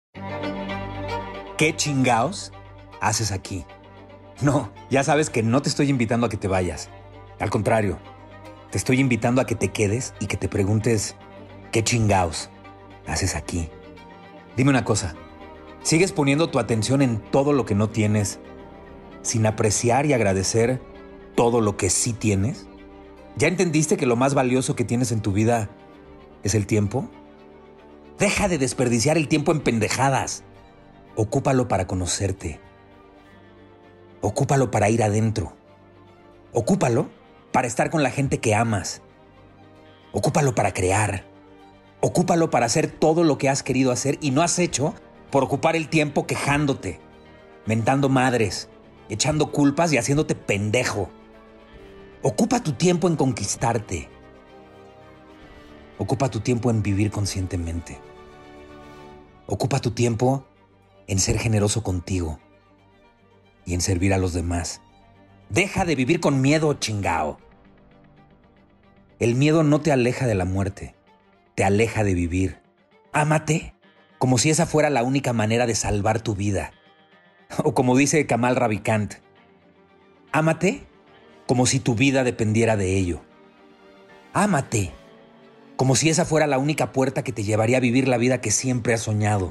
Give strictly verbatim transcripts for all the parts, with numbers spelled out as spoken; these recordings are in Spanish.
¿Qué chingaos haces aquí? No, ya sabes que no te estoy invitando a que te vayas. Al contrario, te estoy invitando a que te quedes y que te preguntes, ¿qué chingaos haces aquí? Dime una cosa, ¿sigues poniendo tu atención en todo lo que no tienes sin apreciar y agradecer todo lo que sí tienes? ¿Ya entendiste que lo más valioso que tienes en tu vida es el tiempo? Deja de desperdiciar el tiempo en pendejadas. Ocúpalo para conocerte. Ocúpalo para ir adentro. Ocúpalo para estar con la gente que amas. Ocúpalo para crear. Ocúpalo para hacer todo lo que has querido hacer y no has hecho por ocupar el tiempo quejándote, mentando madres, echando culpas y haciéndote pendejo. Ocupa tu tiempo en conquistarte. Ocupa tu tiempo en vivir conscientemente. Ocupa tu tiempo en ser generoso contigo y en servir a los demás. Deja de vivir con miedo, chingao. El miedo no te aleja de la muerte, te aleja de vivir. Ámate como si esa fuera la única manera de salvar tu vida. O como dice Kamal Ravikant, ámate como si tu vida dependiera de ello. Ámate como si esa fuera la única puerta que te llevaría a vivir la vida que siempre has soñado.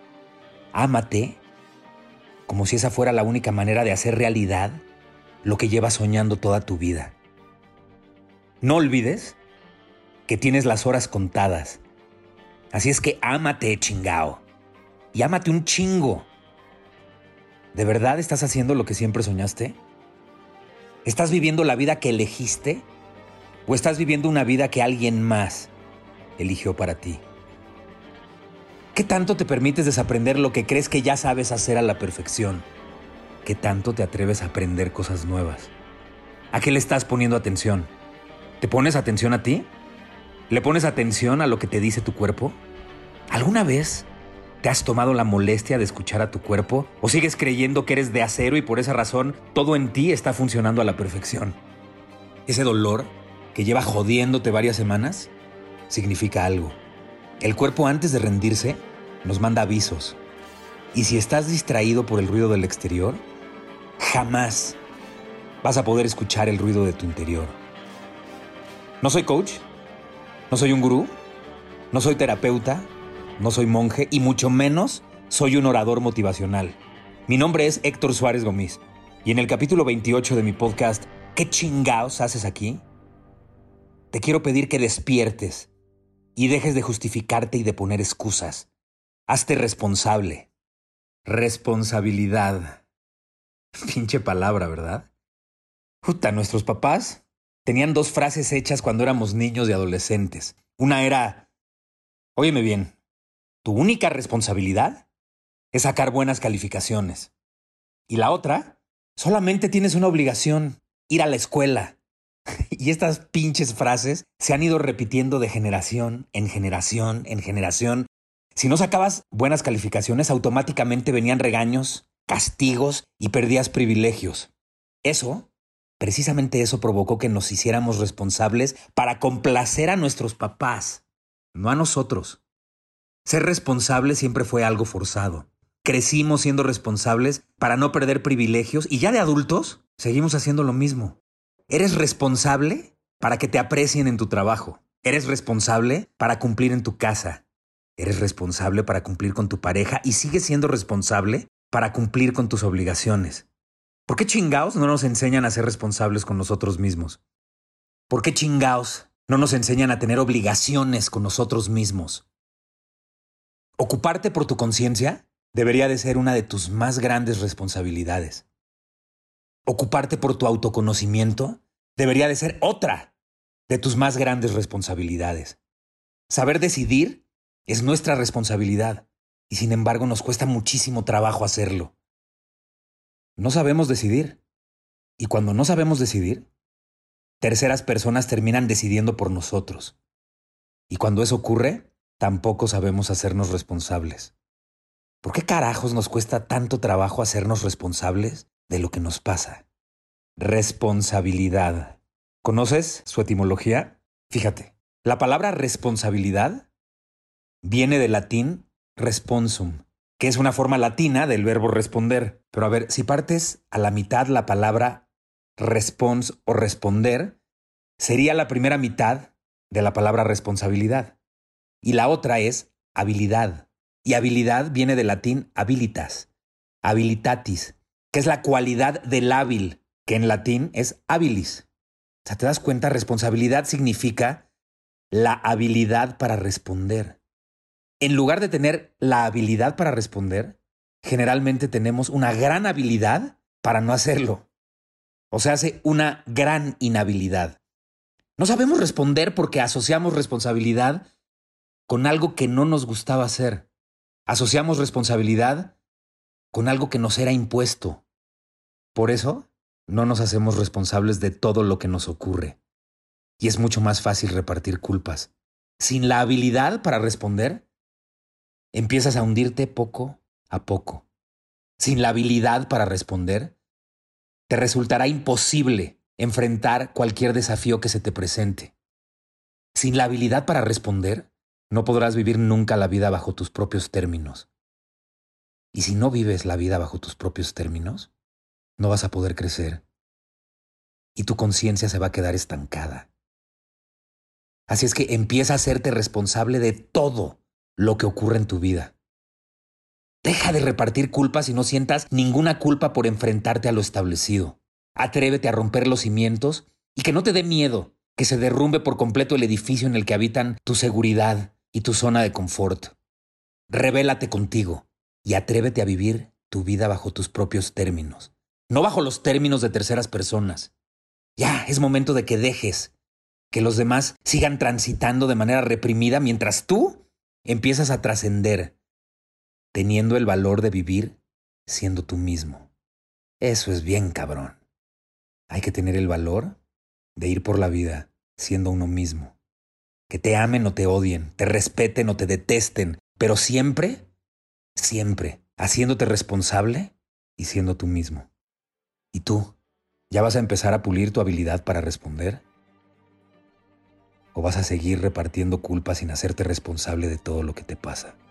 Ámate como si esa fuera la única manera de hacer realidad lo que llevas soñando toda tu vida. No olvides que tienes las horas contadas. Así es que ámate, chingao. Y ámate un chingo. ¿De verdad estás haciendo lo que siempre soñaste? ¿Estás viviendo la vida que elegiste? ¿O estás viviendo una vida que alguien más eligió para ti? ¿Qué tanto te permites desaprender lo que crees que ya sabes hacer a la perfección? ¿Qué tanto te atreves a aprender cosas nuevas? ¿A qué le estás poniendo atención? ¿Te pones atención a ti? ¿Le pones atención a lo que te dice tu cuerpo? ¿Alguna vez te has tomado la molestia de escuchar a tu cuerpo? ¿O sigues creyendo que eres de acero y por esa razón todo en ti está funcionando a la perfección? Ese dolor que lleva jodiéndote varias semanas significa algo. El cuerpo, antes de rendirse, nos manda avisos. Y si estás distraído por el ruido del exterior, jamás vas a poder escuchar el ruido de tu interior. No soy coach, no soy un gurú, no soy terapeuta, no soy monje y mucho menos soy un orador motivacional. Mi nombre es Héctor Suárez Gómez y en el capítulo veintiocho de mi podcast ¿Qué chingaos haces aquí? Te quiero pedir que despiertes y dejes de justificarte y de poner excusas. Hazte responsable. Responsabilidad. Pinche palabra, ¿verdad? Puta, nuestros papás tenían dos frases hechas cuando éramos niños y adolescentes. Una era, óyeme bien, tu única responsabilidad es sacar buenas calificaciones. Y la otra, solamente tienes una obligación, ir a la escuela. Y estas pinches frases se han ido repitiendo de generación en generación en generación. Si no sacabas buenas calificaciones, automáticamente venían regaños, castigos y perdías privilegios. Eso, precisamente eso provocó que nos hiciéramos responsables para complacer a nuestros papás, no a nosotros. Ser responsable siempre fue algo forzado. Crecimos siendo responsables para no perder privilegios y ya de adultos seguimos haciendo lo mismo. Eres responsable para que te aprecien en tu trabajo. Eres responsable para cumplir en tu casa. Eres responsable para cumplir con tu pareja y sigues siendo responsable para cumplir con tus obligaciones. ¿Por qué chingaos no nos enseñan a ser responsables con nosotros mismos? ¿Por qué chingaos no nos enseñan a tener obligaciones con nosotros mismos? Ocuparte por tu conciencia debería de ser una de tus más grandes responsabilidades. Ocuparte por tu autoconocimiento debería de ser otra de tus más grandes responsabilidades. Saber decidir es nuestra responsabilidad y sin embargo nos cuesta muchísimo trabajo hacerlo. No sabemos decidir y cuando no sabemos decidir, terceras personas terminan decidiendo por nosotros. Y cuando eso ocurre, tampoco sabemos hacernos responsables. ¿Por qué carajos nos cuesta tanto trabajo hacernos responsables de lo que nos pasa? Responsabilidad. ¿Conoces su etimología? Fíjate, la palabra responsabilidad viene del latín responsum, que es una forma latina del verbo responder. Pero a ver, si partes a la mitad la palabra response o responder, sería la primera mitad de la palabra responsabilidad. Y la otra es habilidad. Y habilidad viene del latín habilitas, habilitatis, que es la cualidad del hábil, que en latín es habilis. O sea, ¿te das cuenta? Responsabilidad significa la habilidad para responder. En lugar de tener la habilidad para responder, generalmente tenemos una gran habilidad para no hacerlo. O sea, hace una gran inhabilidad. No sabemos responder porque asociamos responsabilidad con algo que no nos gustaba hacer. Asociamos responsabilidad con algo que nos era impuesto. Por eso, no nos hacemos responsables de todo lo que nos ocurre. Y es mucho más fácil repartir culpas. Sin la habilidad para responder, empiezas a hundirte poco a poco. Sin la habilidad para responder, te resultará imposible enfrentar cualquier desafío que se te presente. Sin la habilidad para responder, no podrás vivir nunca la vida bajo tus propios términos. Y si no vives la vida bajo tus propios términos, no vas a poder crecer. Y tu conciencia se va a quedar estancada. Así es que empieza a hacerte responsable de todo lo que ocurre en tu vida. Deja de repartir culpas y no sientas ninguna culpa por enfrentarte a lo establecido. Atrévete a romper los cimientos y que no te dé miedo que se derrumbe por completo el edificio en el que habitan tu seguridad y tu zona de confort. Revélate contigo y atrévete a vivir tu vida bajo tus propios términos, no bajo los términos de terceras personas. Ya, es momento de que dejes que los demás sigan transitando de manera reprimida mientras tú empiezas a trascender, teniendo el valor de vivir siendo tú mismo. Eso es bien cabrón. Hay que tener el valor de ir por la vida siendo uno mismo. Que te amen o te odien, te respeten o te detesten, pero siempre, siempre haciéndote responsable y siendo tú mismo. ¿Y tú? ¿Ya vas a empezar a pulir tu habilidad para responder? ¿O vas a seguir repartiendo culpas sin hacerte responsable de todo lo que te pasa?